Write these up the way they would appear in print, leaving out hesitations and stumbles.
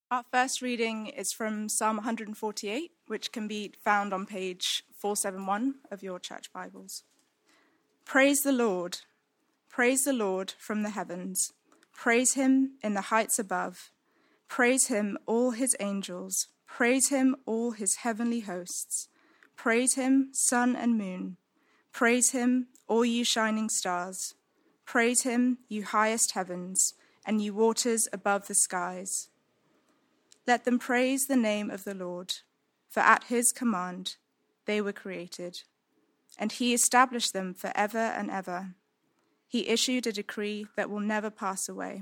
Our first reading is from Psalm 148, which can be found on page 471 of your church Bibles. Praise the Lord from the heavens. Praise him in the heights above. Praise him, all his angels. Praise him, all his heavenly hosts. Praise him, sun and moon. Praise him, all you shining stars. Praise him, you highest heavens, and you waters above the skies. Let them praise the name of the Lord, for at his command they were created, and he established them forever and ever. He issued a decree that will never pass away.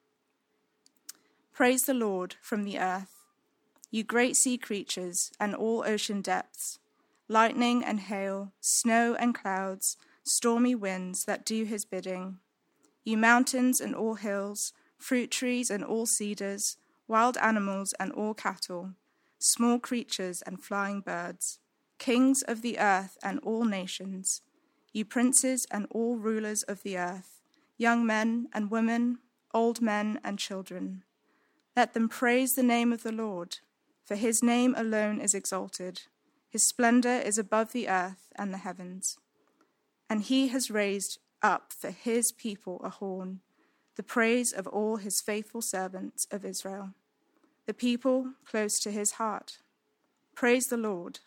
Praise the Lord from the earth, you great sea creatures and all ocean depths, lightning and hail, snow and clouds, stormy winds that do his bidding. You mountains and all hills, fruit trees and all cedars, wild animals and all cattle, small creatures and flying birds, kings of the earth and all nations, you princes and all rulers of the earth, young men and women, old men and children. Let them praise the name of the Lord, for his name alone is exalted. His splendor is above the earth and the heavens. And he has raised up for his people a horn, the praise of all his faithful servants of Israel, the people close to his heart. Praise the Lord.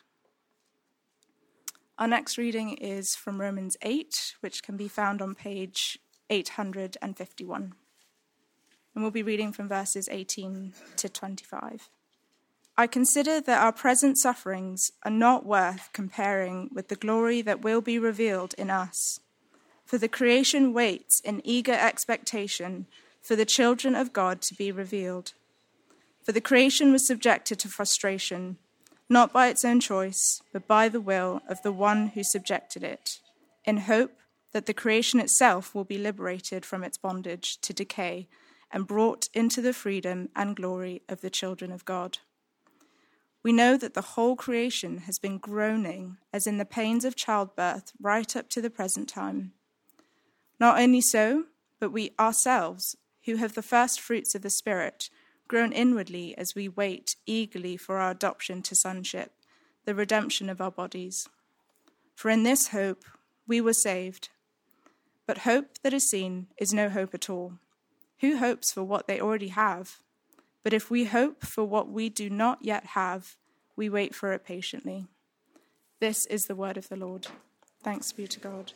Our next reading is from Romans 8, which can be found on page 851. And we'll be reading from verses 18 to 25. I consider that our present sufferings are not worth comparing with the glory that will be revealed in us. For the creation waits in eager expectation for the children of God to be revealed. For the creation was subjected to frustration, not by its own choice, but by the will of the one who subjected it, in hope that the creation itself will be liberated from its bondage to decay and brought into the freedom and glory of the children of God. We know that the whole creation has been groaning as in the pains of childbirth right up to the present time. Not only so, but we ourselves, who have the first fruits of the Spirit, groan inwardly as we wait eagerly for our adoption to sonship, the redemption of our bodies. For in this hope we were saved. But hope that is seen is no hope at all. Who hopes for what they already have? But if we hope for what we do not yet have, we wait for it patiently. This is the word of the Lord. Thanks be to God.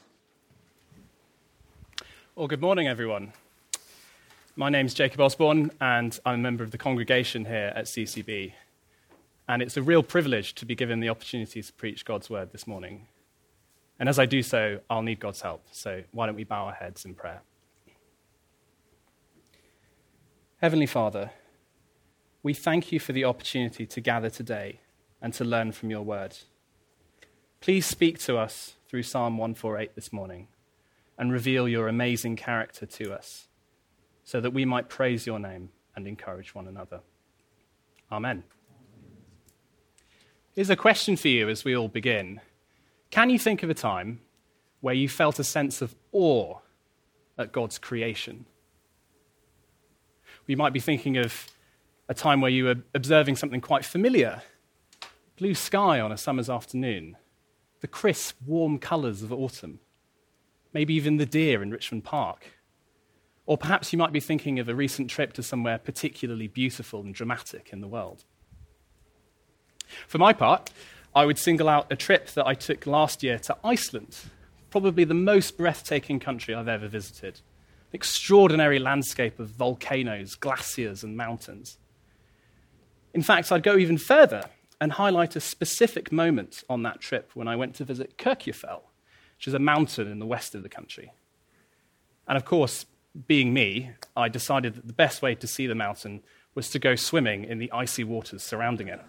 Well, good morning, everyone. My name's Jacob Osborne, and I'm a member of the congregation here at CCB. And it's a real privilege to be given the opportunity to preach God's word this morning. And as I do so, I'll need God's help. So why don't we bow our heads in prayer? Heavenly Father, we thank you for the opportunity to gather today and to learn from your word. Please speak to us through Psalm 148 this morning and reveal your amazing character to us so that we might praise your name and encourage one another. Amen. Here's a question for you as we all begin. Can you think of a time where you felt a sense of awe at God's creation? You might be thinking of a time where you were observing something quite familiar. Blue sky on a summer's afternoon, the crisp, warm colours of autumn, maybe even the deer in Richmond Park. Or perhaps you might be thinking of a recent trip to somewhere particularly beautiful and dramatic in the world. For my part, I would single out a trip that I took last year to Iceland, probably the most breathtaking country I've ever visited. An extraordinary landscape of volcanoes, glaciers, and mountains. In fact, I'd go even further and highlight a specific moment on that trip when I went to visit Kirkjufell, which is a mountain in the west of the country. And of course, being me, I decided that the best way to see the mountain was to go swimming in the icy waters surrounding it.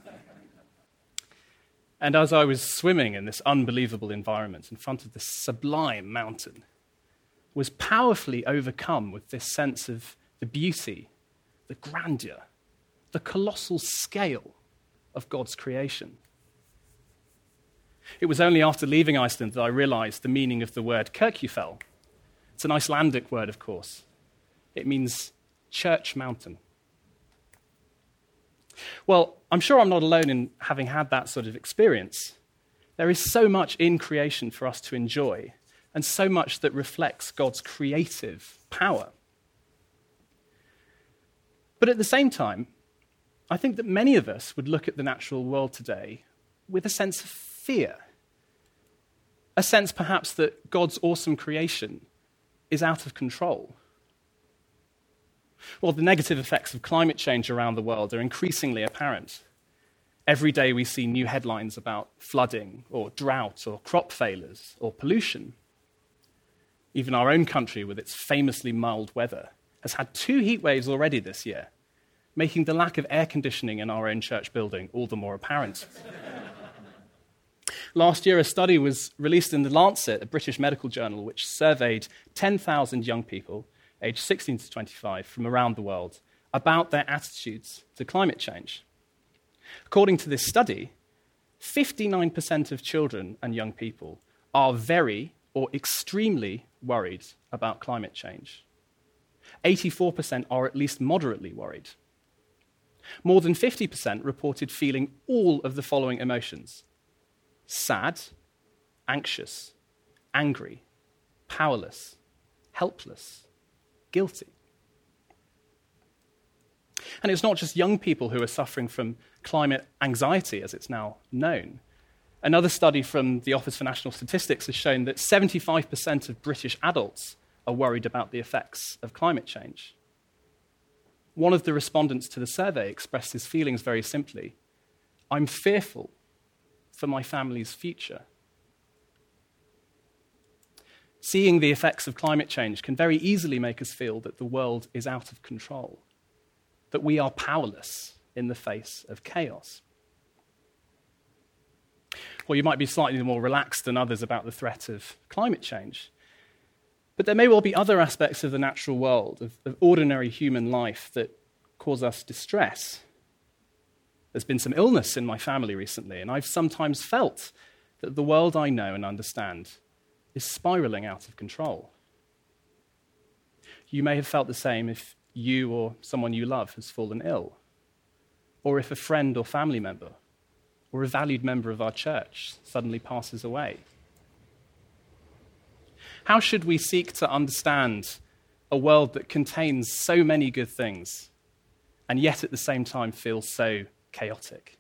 And as I was swimming in this unbelievable environment in front of this sublime mountain, was powerfully overcome with this sense of the beauty, the grandeur, the colossal scale of God's creation. It was only after leaving Iceland that I realized the meaning of the word Kirkjufell. It's an Icelandic word, of course. It means church mountain. Well, I'm sure I'm not alone in having had that sort of experience. There is so much in creation for us to enjoy, and so much that reflects God's creative power. But at the same time, I think that many of us would look at the natural world today with a sense of fear. A sense perhaps that God's awesome creation is out of control. Well, the negative effects of climate change around the world are increasingly apparent. Every day we see new headlines about flooding or drought or crop failures or pollution. Even our own country, with its famously mild weather, has had 2 heat waves already this year, making the lack of air conditioning in our own church building all the more apparent. Last year, a study was released in The Lancet, a British medical journal, which surveyed 10,000 young people aged 16 to 25 from around the world about their attitudes to climate change. According to this study, 59% of children and young people are very or extremely worried about climate change. 84% are at least moderately worried. More than 50% reported feeling all of the following emotions: sad, anxious, angry, powerless, helpless, guilty. And it's not just young people who are suffering from climate anxiety, as it's now known. Another study from the Office for National Statistics has shown that 75% of British adults are worried about the effects of climate change. One of the respondents to the survey expressed his feelings very simply: I'm fearful for my family's future. Seeing the effects of climate change can very easily make us feel that the world is out of control, that we are powerless in the face of chaos. Well, you might be slightly more relaxed than others about the threat of climate change. But there may well be other aspects of the natural world, of ordinary human life, that cause us distress. There's been some illness in my family recently, and I've sometimes felt that the world I know and understand is spiraling out of control. You may have felt the same if you or someone you love has fallen ill, or if a friend or family member or a valued member of our church suddenly passes away. How should we seek to understand a world that contains so many good things and yet at the same time feels so chaotic?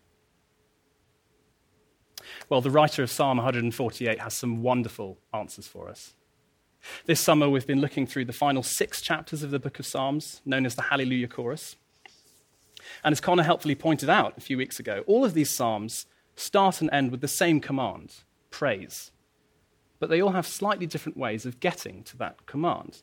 Well, the writer of Psalm 148 has some wonderful answers for us. This summer, we've been looking through the final 6 chapters of the book of Psalms, known as the Hallelujah Chorus. And as Connor helpfully pointed out a few weeks ago, all of these psalms start and end with the same command: praise. But they all have slightly different ways of getting to that command.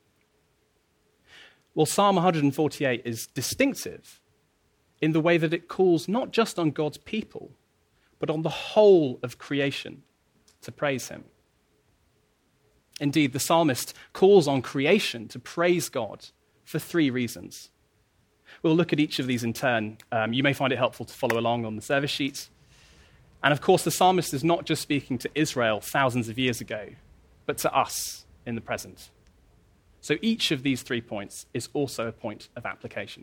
Well, Psalm 148 is distinctive in the way that it calls not just on God's people, but on the whole of creation to praise him. Indeed, the psalmist calls on creation to praise God for 3 reasons. We'll look at each of these in turn. You may find it helpful to follow along on the service sheet. And of course, the psalmist is not just speaking to Israel thousands of years ago, but to us in the present. So each of these 3 points is also a point of application.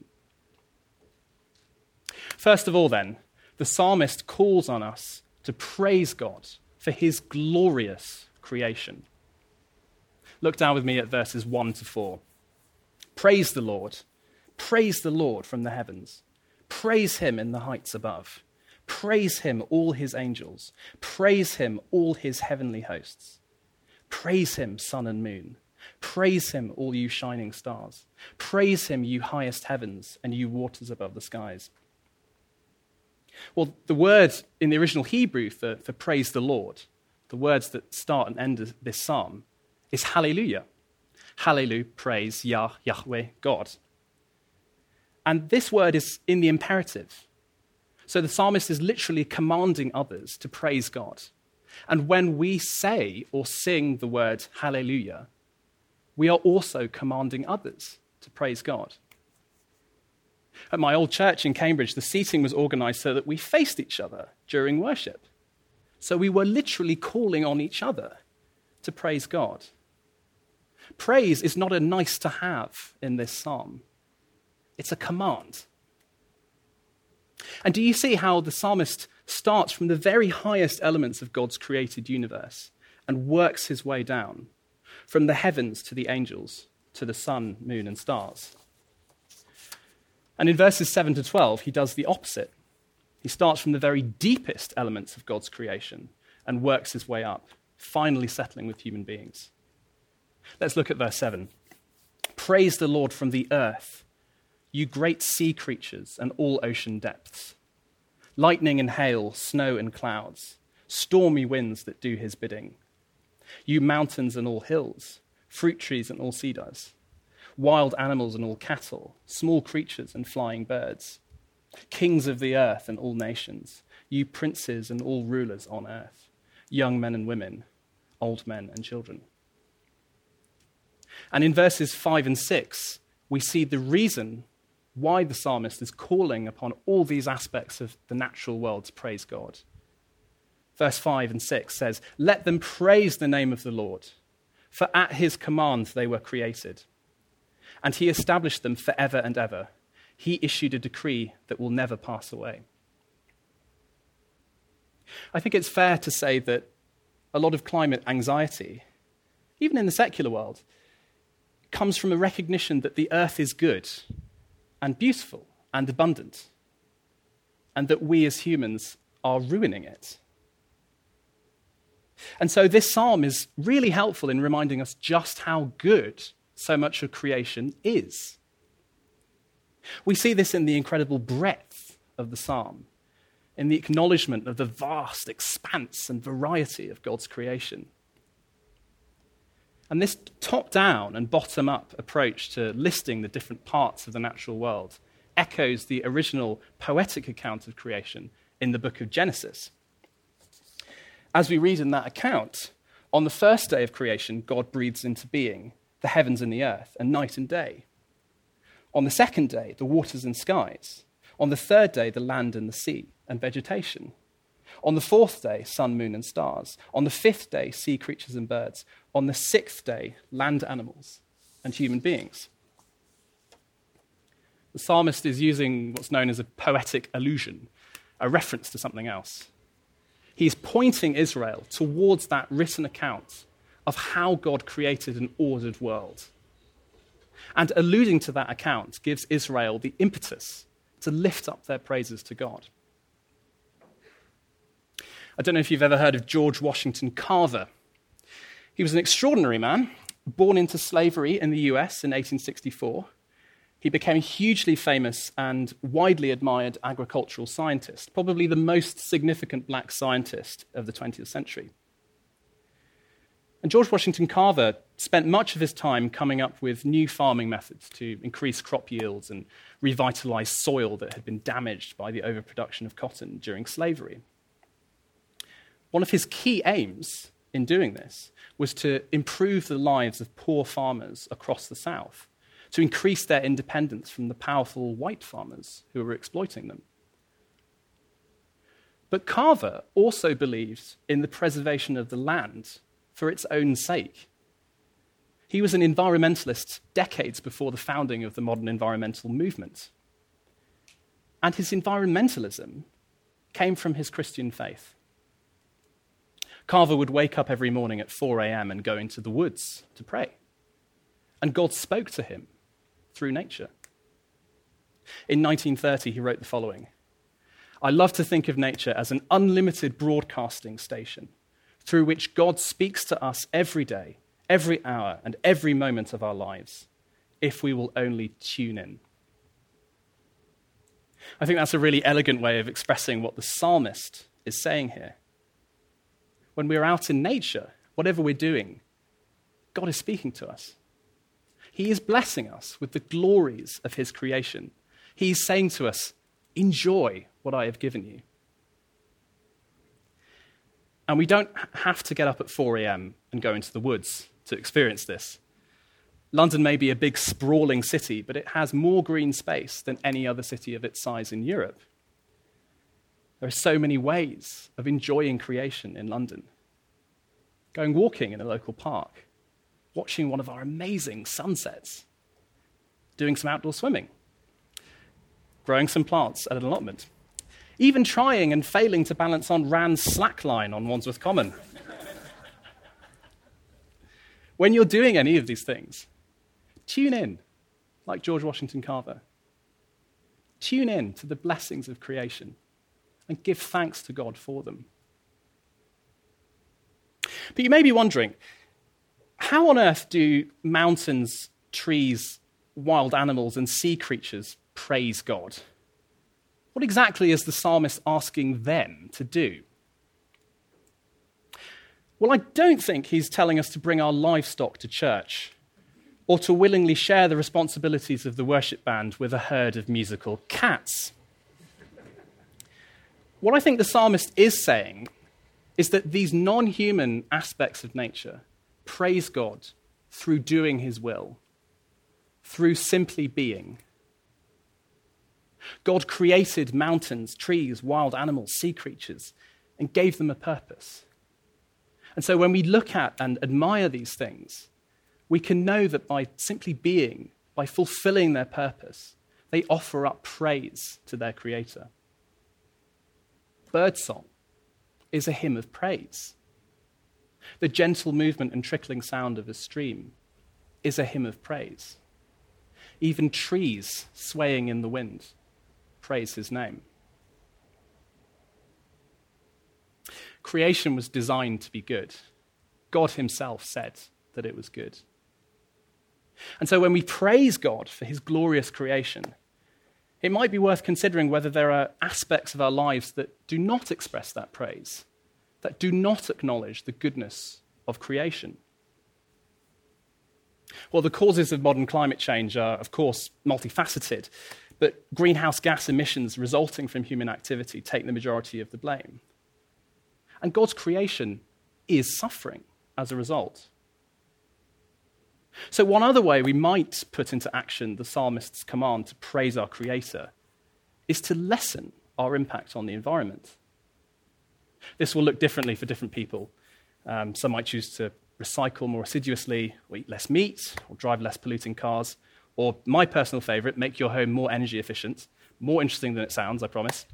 First of all, then, the psalmist calls on us to praise God for his glorious creation. Look down with me at verses 1 to 4. Praise the Lord from the heavens. Praise him in the heights above. Praise him, all his angels. Praise him, all his heavenly hosts. Praise him, sun and moon. Praise him, all you shining stars. Praise him, you highest heavens, and you waters above the skies. Well, the word in the original Hebrew for praise the Lord, the words that start and end this psalm, is hallelujah. Hallelujah, praise Yahweh, God. And this word is in the imperative. So the psalmist is literally commanding others to praise God. And when we say or sing the word hallelujah, we are also commanding others to praise God. At my old church in Cambridge, the seating was organized so that we faced each other during worship. So we were literally calling on each other to praise God. Praise is not a nice to have in this psalm. It's a command. And do you see how the psalmist starts from the very highest elements of God's created universe and works his way down from the heavens to the angels, to the sun, moon, and stars? And in verses 7 to 12, he does the opposite. He starts from the very deepest elements of God's creation and works his way up, finally settling with human beings. Let's look at verse 7. Praise the Lord from the earth, you great sea creatures and all ocean depths. Lightning and hail, snow and clouds, stormy winds that do his bidding. You mountains and all hills, fruit trees and all cedars, wild animals and all cattle, small creatures and flying birds, kings of the earth and all nations, you princes and all rulers on earth, young men and women, old men and children. And in verses 5 and 6, we see the reason why the psalmist is calling upon all these aspects of the natural world to praise God. Verse 5 and 6 says, "Let them praise the name of the Lord, for at his command they were created, and he established them forever and ever. He issued a decree that will never pass away." I think it's fair to say that a lot of climate anxiety, even in the secular world, comes from a recognition that the earth is good and beautiful and abundant, and that we as humans are ruining it. And so this psalm is really helpful in reminding us just how good so much of creation is. We see this in the incredible breadth of the psalm, in the acknowledgement of the vast expanse and variety of God's creation. And this top-down and bottom-up approach to listing the different parts of the natural world echoes the original poetic account of creation in the book of Genesis. As we read in that account, on the first day of creation, God breathes into being the heavens and the earth, and night and day. On the second day, the waters and skies. On the third day, the land and the sea and vegetation. On the fourth day, sun, moon, and stars. On the fifth day, sea creatures and birds. On the sixth day, land animals and human beings. The psalmist is using what's known as a poetic allusion, a reference to something else. He's pointing Israel towards that written account of how God created an ordered world. And alluding to that account gives Israel the impetus to lift up their praises to God. I don't know if you've ever heard of George Washington Carver. He was an extraordinary man, born into slavery in the US in 1864. He became a hugely famous and widely admired agricultural scientist, probably the most significant black scientist of the 20th century. And George Washington Carver spent much of his time coming up with new farming methods to increase crop yields and revitalize soil that had been damaged by the overproduction of cotton during slavery. One of his key aims in doing this was to improve the lives of poor farmers across the South, to increase their independence from the powerful white farmers who were exploiting them. But Carver also believed in the preservation of the land for its own sake. He was an environmentalist decades before the founding of the modern environmental movement. And his environmentalism came from his Christian faith. Carver would wake up every morning at 4 a.m. and go into the woods to pray. And God spoke to him through nature. In 1930, he wrote the following: "I love to think of nature as an unlimited broadcasting station through which God speaks to us every day, every hour, and every moment of our lives, if we will only tune in." I think that's a really elegant way of expressing what the psalmist is saying here. When we're out in nature, whatever we're doing, God is speaking to us. He is blessing us with the glories of his creation. He's saying to us, enjoy what I have given you. And we don't have to get up at 4 a.m. and go into the woods to experience this. London may be a big, sprawling city, but it has more green space than any other city of its size in Europe. There are so many ways of enjoying creation in London. Going walking in a local park, watching one of our amazing sunsets, doing some outdoor swimming, growing some plants at an allotment. even trying and failing to balance on Rand's slackline on Wandsworth Common. When you're doing any of these things, tune in, like George Washington Carver. Tune in to the blessings of creation and give thanks to God for them. But you may be wondering, how on earth do mountains, trees, wild animals, and sea creatures praise God? What exactly is the psalmist asking them to do? Well, I don't think he's telling us to bring our livestock to church or to willingly share the responsibilities of the worship band with a herd of musical cats. What I think the psalmist is saying is that these non-human aspects of nature praise God through doing his will, through simply being. God created mountains, trees, wild animals, sea creatures, and gave them a purpose. And so when we look at and admire these things, we can know that by simply being, by fulfilling their purpose, they offer up praise to their Creator. Birdsong is a hymn of praise. The gentle movement and trickling sound of a stream is a hymn of praise. Even trees swaying in the wind praise his name. Creation was designed to be good. God himself said that it was good. And so when we praise God for his glorious creation, it might be worth considering whether there are aspects of our lives that do not express that praise, that do not acknowledge the goodness of creation. Well, the causes of modern climate change are, of course, multifaceted, but greenhouse gas emissions resulting from human activity take the majority of the blame. And God's creation is suffering as a result. So one other way we might put into action the psalmist's command to praise our Creator is to lessen our impact on the environment. This will look differently for different people. Some might choose to recycle more assiduously, or eat less meat, or drive less polluting cars, or my personal favourite, make your home more energy efficient. More interesting than it sounds, I promise.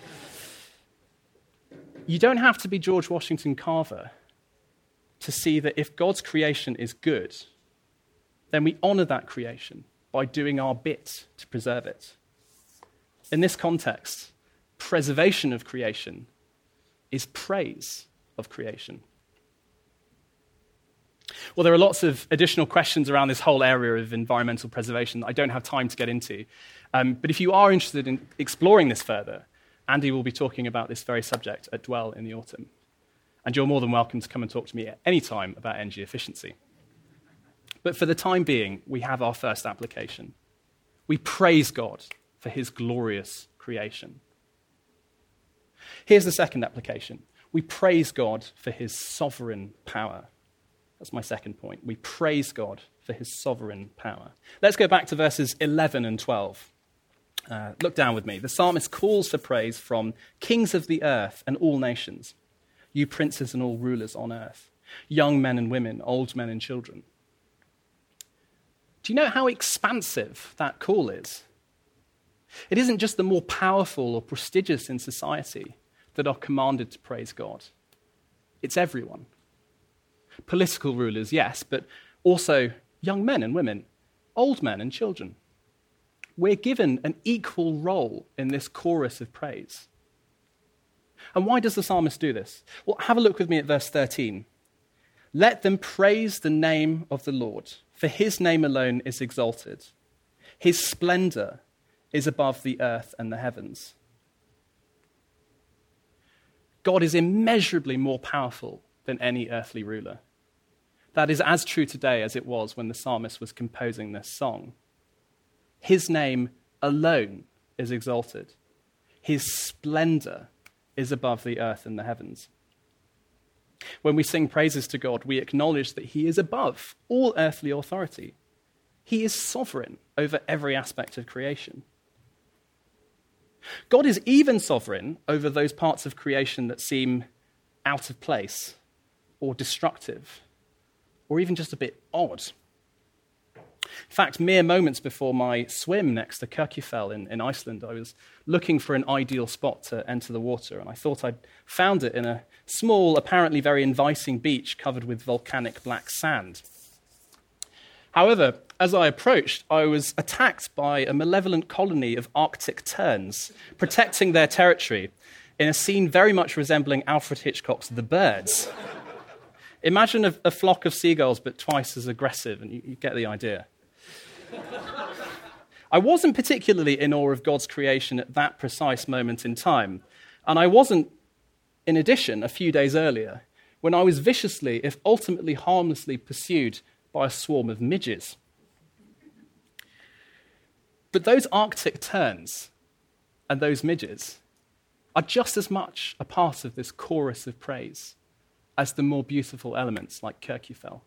You don't have to be George Washington Carver to see that if God's creation is good, then we honour that creation by doing our bit to preserve it. In this context, preservation of creation is praise of creation. Well, there are lots of additional questions around this whole area of environmental preservation that I don't have time to get into. But if you are interested in exploring this further, Andy will be talking about this very subject at Dwell in the autumn. And you're more than welcome to come and talk to me at any time about energy efficiency. But for the time being, we have our first application. We praise God for his glorious creation. Here's the second application. We praise God for his sovereign power. That's my second point. We praise God for his sovereign power. Let's go back to verses 11 and 12. Look down with me. The psalmist calls for praise from kings of the earth and all nations, you princes and all rulers on earth, young men and women, old men and children. Do you know how expansive that call is? It isn't just the more powerful or prestigious in society that are commanded to praise God. It's everyone. Political rulers, yes, but also young men and women, old men and children. We're given an equal role in this chorus of praise. And why does the psalmist do this? Well, have a look with me at verse 13. Let them praise the name of the Lord, for his name alone is exalted. His splendor is above the earth and the heavens. God is immeasurably more powerful than any earthly ruler. That is as true today as it was when the psalmist was composing this song. His name alone is exalted. His splendor is above the earth and the heavens. When we sing praises to God, we acknowledge that he is above all earthly authority. He is sovereign over every aspect of creation. God is even sovereign over those parts of creation that seem out of place or destructive or even just a bit odd. In fact, mere moments before my swim next to Kirkjufell in Iceland, I was looking for an ideal spot to enter the water, and I thought I'd found it in a small, apparently very inviting beach covered with volcanic black sand. However, as I approached, I was attacked by a malevolent colony of Arctic terns, protecting their territory in a scene very much resembling Alfred Hitchcock's The Birds. Imagine a flock of seagulls, but twice as aggressive, and you get the idea. I wasn't particularly in awe of God's creation at that precise moment in time, and I wasn't, in addition, a few days earlier, when I was viciously, if ultimately harmlessly, pursued by a swarm of midges. But those Arctic terns and those midges are just as much a part of this chorus of praise as the more beautiful elements like Kirkjufell.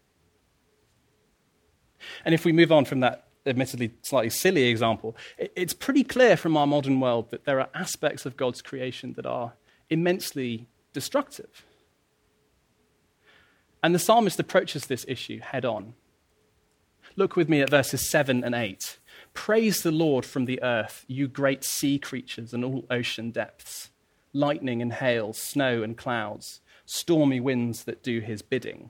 And if we move on from that admittedly slightly silly example, it's pretty clear from our modern world that there are aspects of God's creation that are immensely destructive. And the psalmist approaches this issue head on. Look with me at verses 7 and 8. Praise the Lord from the earth, you great sea creatures and all ocean depths, lightning and hail, snow and clouds, stormy winds that do his bidding.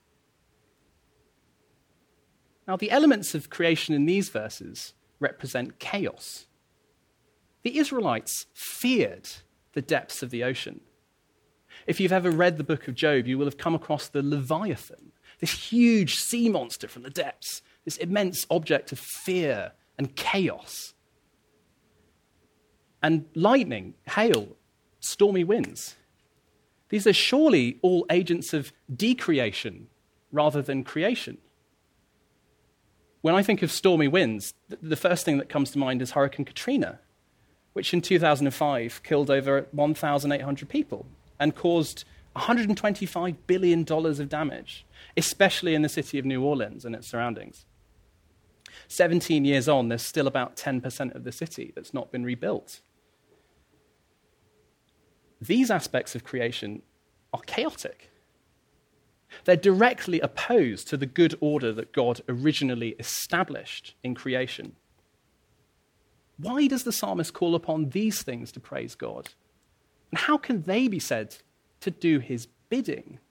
Now, the elements of creation in these verses represent chaos. The Israelites feared the depths of the ocean. If you've ever read the book of Job, you will have come across the Leviathan, this huge sea monster from the depths, this immense object of fear and chaos. And lightning, hail, stormy winds. These are surely all agents of decreation rather than creation. When I think of stormy winds, the first thing that comes to mind is Hurricane Katrina, which in 2005 killed over 1,800 people and caused $125 billion of damage, especially in the city of New Orleans and its surroundings. 17 years on, there's still about 10% of the city that's not been rebuilt. These aspects of creation are chaotic. They're directly opposed to the good order that God originally established in creation. Why does the psalmist call upon these things to praise God? And how can they be said to do his bidding?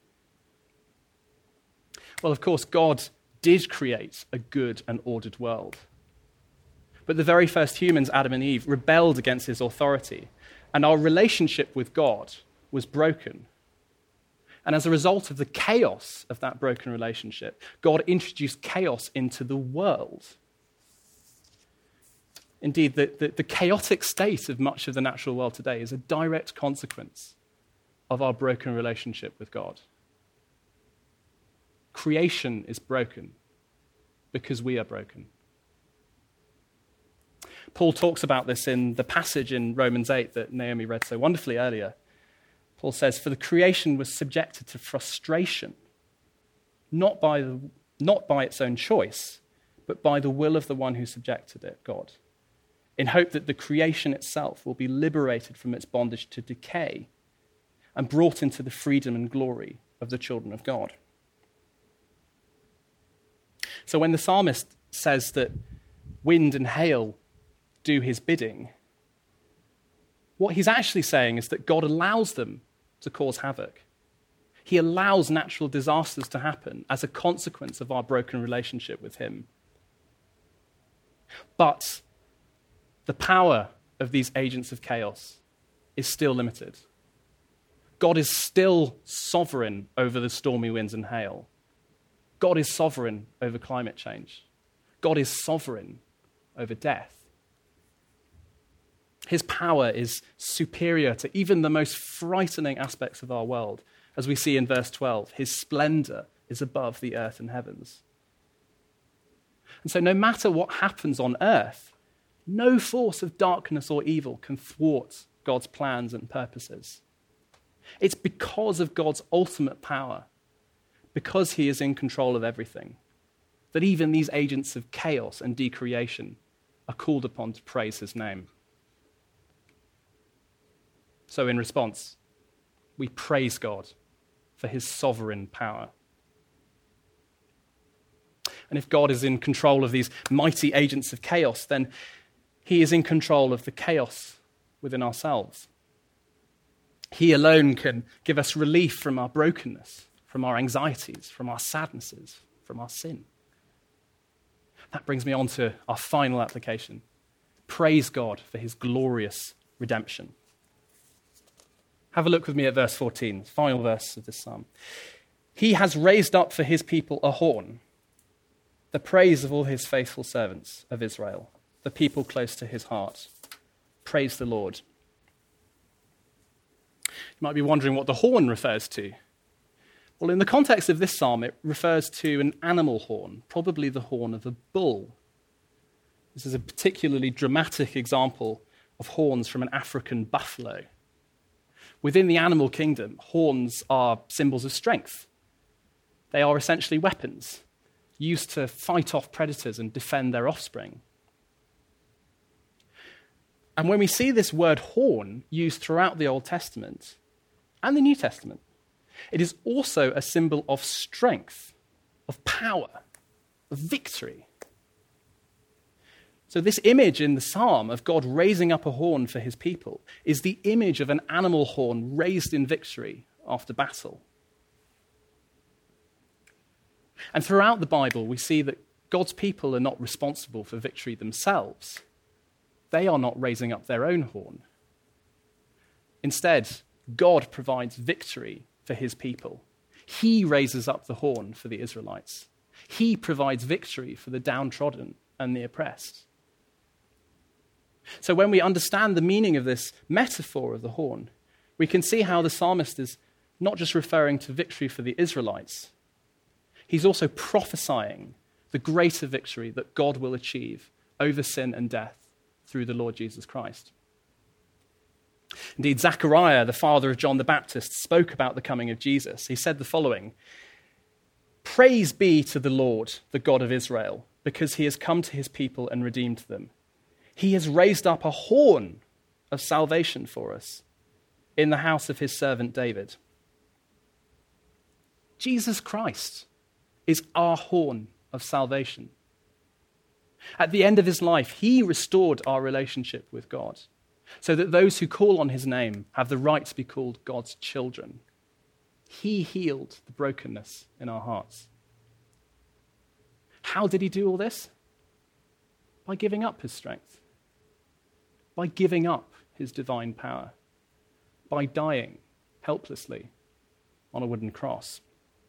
Well, of course, God did create a good and ordered world. But the very first humans, Adam and Eve, rebelled against his authority, and our relationship with God was broken. And as a result of the chaos of that broken relationship, God introduced chaos into the world. Indeed, the chaotic state of much of the natural world today is a direct consequence of our broken relationship with God. Creation is broken because we are broken. Paul talks about this in the passage in Romans 8 that Naomi read so wonderfully earlier. Paul says, "For the creation was subjected to frustration, not by its own choice, but by the will of the one who subjected it, God, in hope that the creation itself will be liberated from its bondage to decay and brought into the freedom and glory of the children of God." So when the psalmist says that wind and hail do his bidding, what he's actually saying is that God allows them to cause havoc. He allows natural disasters to happen as a consequence of our broken relationship with him. But the power of these agents of chaos is still limited. God is still sovereign over the stormy winds and hail. God is sovereign over climate change. God is sovereign over death. His power is superior to even the most frightening aspects of our world. As we see in verse 12, his splendor is above the earth and heavens. And so no matter what happens on earth, no force of darkness or evil can thwart God's plans and purposes. It's because of God's ultimate power, because he is in control of everything, that even these agents of chaos and decreation are called upon to praise his name. So in response, we praise God for his sovereign power. And if God is in control of these mighty agents of chaos, then he is in control of the chaos within ourselves. He alone can give us relief from our brokenness, from our anxieties, from our sadnesses, from our sin. That brings me on to our final application. Praise God for his glorious redemption. Have a look with me at verse 14, final verse of this psalm. He has raised up for his people a horn, the praise of all his faithful servants of Israel, the people close to his heart. Praise the Lord. You might be wondering what the horn refers to. Well, in the context of this psalm, it refers to an animal horn, probably the horn of a bull. This is a particularly dramatic example of horns from an African buffalo. Within the animal kingdom, horns are symbols of strength. They are essentially weapons used to fight off predators and defend their offspring. And when we see this word horn used throughout the Old Testament and the New Testament, it is also a symbol of strength, of power, of victory. So this image in the psalm of God raising up a horn for his people is the image of an animal horn raised in victory after battle. And throughout the Bible, we see that God's people are not responsible for victory themselves. They are not raising up their own horn. Instead, God provides victory for his people. He raises up the horn for the Israelites. He provides victory for the downtrodden and the oppressed. So when we understand the meaning of this metaphor of the horn, we can see how the psalmist is not just referring to victory for the Israelites. He's also prophesying the greater victory that God will achieve over sin and death through the Lord Jesus Christ. Indeed, Zechariah, the father of John the Baptist, spoke about the coming of Jesus. He said the following: "Praise be to the Lord, the God of Israel, because he has come to his people and redeemed them. He has raised up a horn of salvation for us in the house of his servant David." Jesus Christ is our horn of salvation. At the end of his life, he restored our relationship with God, so that those who call on his name have the right to be called God's children. He healed the brokenness in our hearts. How did he do all this? By giving up his strength, by giving up his divine power, by dying helplessly on a wooden cross.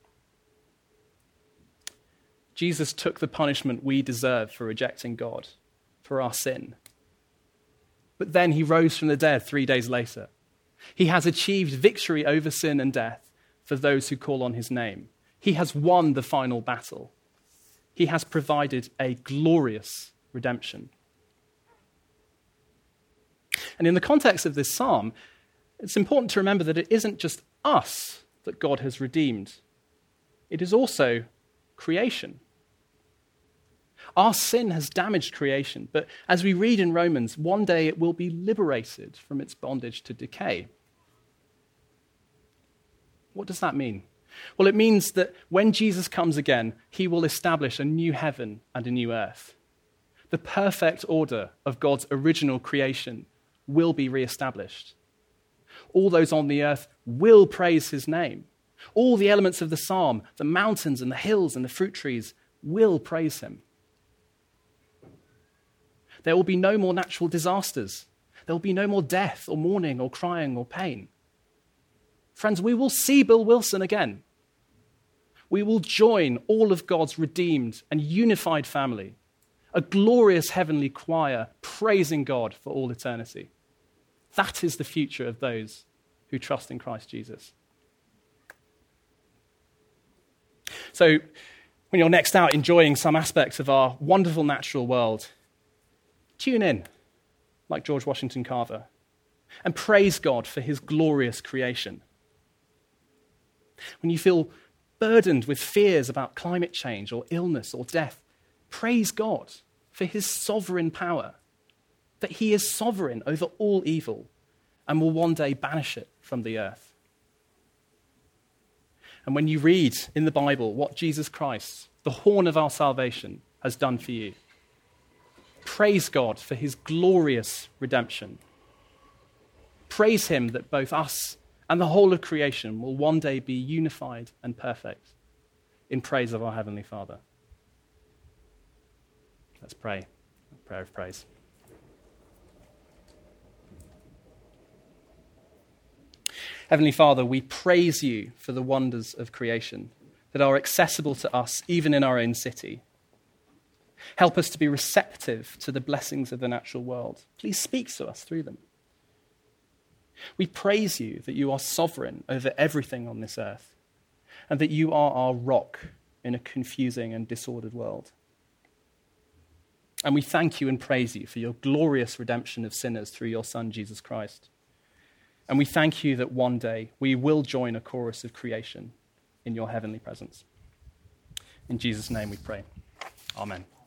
Jesus took the punishment we deserve for rejecting God, for our sin. But then he rose from the dead 3 days later. He has achieved victory over sin and death for those who call on his name. He has won the final battle. He has provided a glorious redemption. And in the context of this psalm, it's important to remember that it isn't just us that God has redeemed. It is also creation. Our sin has damaged creation, but as we read in Romans, one day it will be liberated from its bondage to decay. What does that mean? Well, it means that when Jesus comes again, he will establish a new heaven and a new earth. The perfect order of God's original creation will be reestablished. All those on the earth will praise his name. All the elements of the psalm, the mountains and the hills and the fruit trees, will praise him. There will be no more natural disasters. There will be no more death or mourning or crying or pain. Friends, we will see Bill Wilson again. We will join all of God's redeemed and unified family, a glorious heavenly choir praising God for all eternity. That is the future of those who trust in Christ Jesus. So, when you're next out enjoying some aspects of our wonderful natural world, tune in, like George Washington Carver, and praise God for his glorious creation. When you feel burdened with fears about climate change or illness or death, praise God for his sovereign power, that he is sovereign over all evil and will one day banish it from the earth. And when you read in the Bible what Jesus Christ, the horn of our salvation, has done for you. Praise God for his glorious redemption. Praise him that both us and the whole of creation will one day be unified and perfect in praise of our Heavenly Father. Let's pray. A prayer of praise. Heavenly Father, we praise you for the wonders of creation that are accessible to us even in our own city. Help us to be receptive to the blessings of the natural world. Please speak to us through them. We praise you that you are sovereign over everything on this earth and that you are our rock in a confusing and disordered world. And we thank you and praise you for your glorious redemption of sinners through your Son, Jesus Christ. And we thank you that one day we will join a chorus of creation in your heavenly presence. In Jesus' name we pray. Amen.